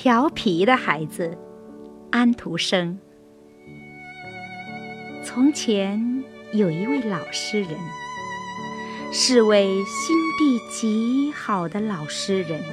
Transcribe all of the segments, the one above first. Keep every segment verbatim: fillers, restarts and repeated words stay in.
调皮的孩子安徒生。从前有一位老诗人，是位心地极好的老诗人。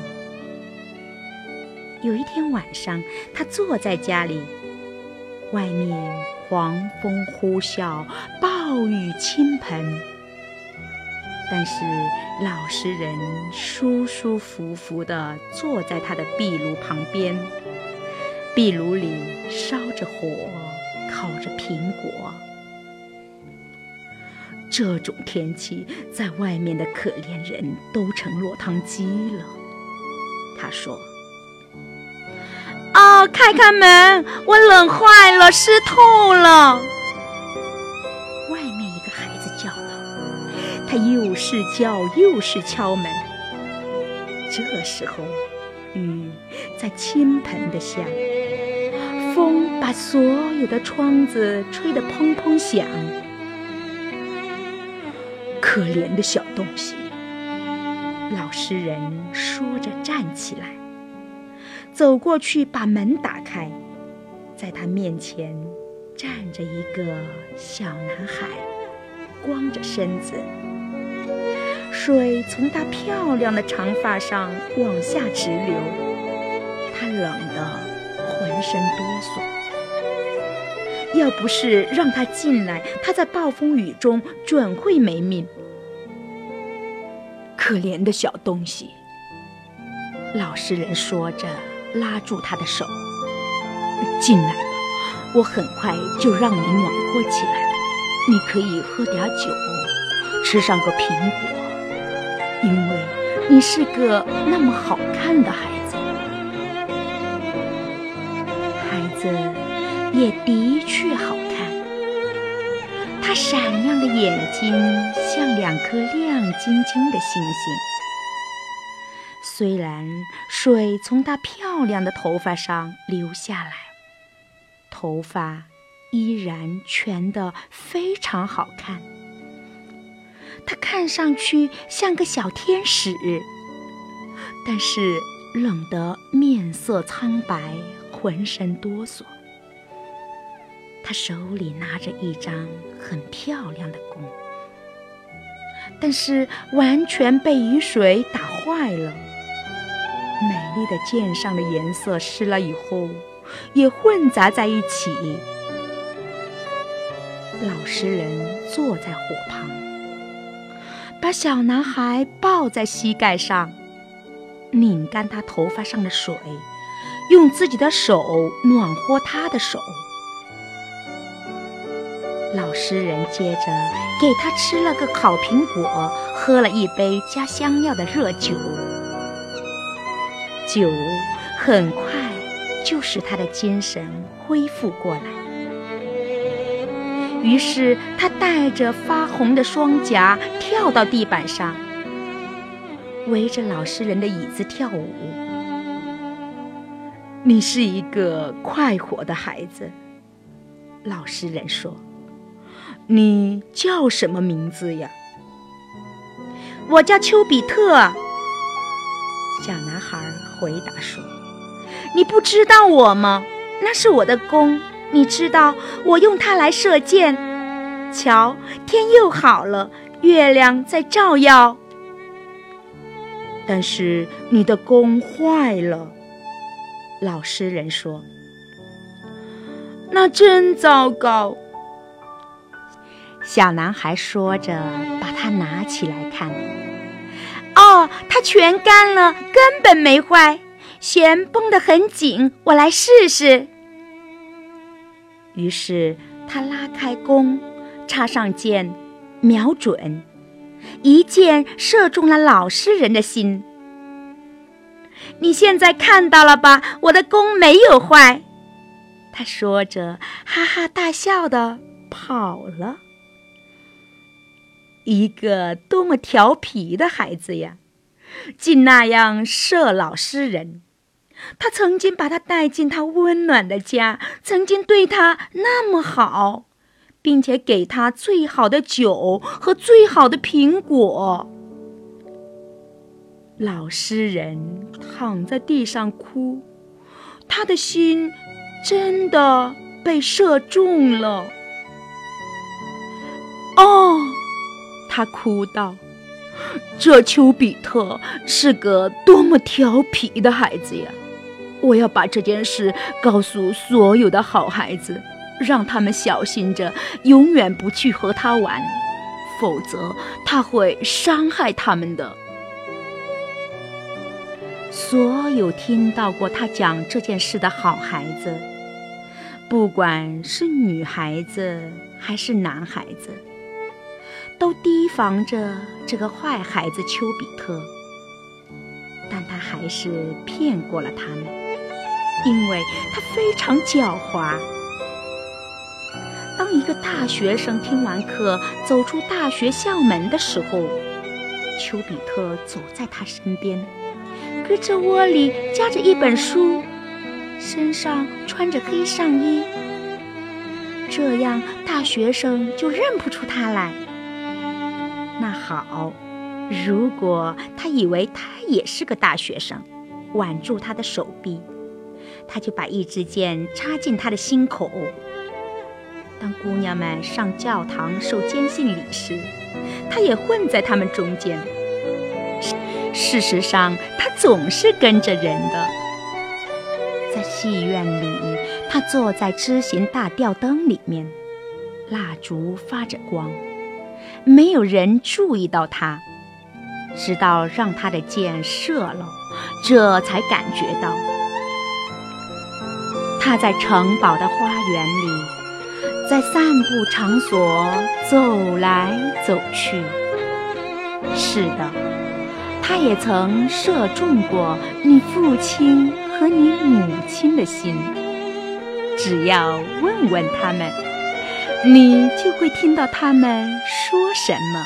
有一天晚上，他坐在家里，外面狂风呼啸，暴雨倾盆，但是老诗人舒舒服服地坐在他的壁炉旁边，壁炉里烧着火，烤着苹果。这种天气，在外面的可怜人都成落汤鸡了。他说：哦，开开门，我冷坏了，湿透了。外面一个孩子叫道，他又是叫又是敲门。这时候，雨在倾盆地下，风把所有的窗子吹得砰砰响。可怜的小东西，老诗人说着站起来，走过去把门打开，在他面前站着一个小男孩，光着身子，水从他漂亮的长发上往下直流，他冷得浑身哆嗦。要不是让他进来，他在暴风雨中准会没命。可怜的小东西，老诗人说着，拉住他的手，进来吧，我很快就让你暖和起来。你可以喝点酒，吃上个苹果，因为你是个那么好看的孩子。孩子也的确好看，他闪亮的眼睛像两颗亮晶晶的星星。虽然水从他漂亮的头发上流下来，头发依然全得非常好看。他看上去像个小天使，但是冷得面色苍白，浑身哆嗦。他手里拿着一张很漂亮的弓，但是完全被雨水打坏了。美丽的箭上的颜色湿了以后，也混杂在一起。老诗人坐在火旁，把小男孩抱在膝盖上，拧干他头发上的水，用自己的手暖和他的手。老诗人接着给他吃了个烤苹果，喝了一杯加香料的热酒。酒很快就使他的精神恢复过来。于是他带着发红的双颊跳到地板上，围着老诗人的椅子跳舞。你是一个快活的孩子，老诗人说。你叫什么名字呀？我叫丘比特。小男孩回答说。你不知道我吗？那是我的弓，你知道我用它来射箭。瞧，天又好了，月亮在照耀。但是你的弓坏了，老诗人说。那真糟糕。小男孩说着，把它拿起来看。哦，它全干了，根本没坏，弦绷得很紧，我来试试。于是他拉开弓，插上箭，瞄准，一箭射中了老诗人的心。你现在看到了吧，我的弓没有坏。他说着，哈哈大笑地跑了。一个多么调皮的孩子呀，竟那样射老诗人。他曾经把他带进他温暖的家，曾经对他那么好，并且给他最好的酒和最好的苹果。老诗人躺在地上哭， 他的心真的被射中了。哦，他哭道，这丘比特是个多么调皮的孩子呀！我要把这件事告诉所有的好孩子，让他们小心着，永远不去和他玩，否则他会伤害他们的。所有听到过他讲这件事的好孩子，不管是女孩子还是男孩子，都提防着这个坏孩子丘比特，但他还是骗过了他们，因为他非常狡猾。当一个大学生听完课走出大学校门的时候，丘比特走在他身边，胳肢窝里夹着一本书，身上穿着黑上衣，这样大学生就认不出他来。那好，如果他以为他也是个大学生，挽住他的手臂，他就把一支箭插进他的心口。当姑娘们上教堂受坚信礼时，他也混在他们中间。事实上，他总是跟着人的。在戏院里，他坐在枝形大吊灯里面，蜡烛发着光，没有人注意到他，直到让他的箭射了，这才感觉到。他在城堡的花园里，在散步场所走来走去。是的，他也曾射中过你父亲和你母亲的心。只要问问他们，你就会听到他们说什么。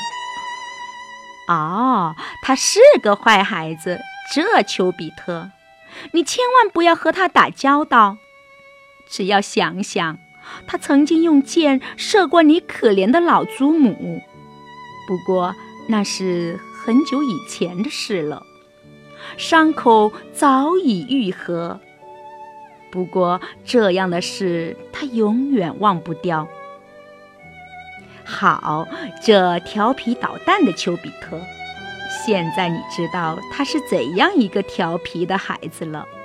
哦，他是个坏孩子，这丘比特，你千万不要和他打交道。只要想想，他曾经用箭射过你可怜的老祖母，不过那是很久以前的事了，伤口早已愈合。不过这样的事他永远忘不掉。好，这调皮捣蛋的丘比特，现在你知道他是怎样一个调皮的孩子了。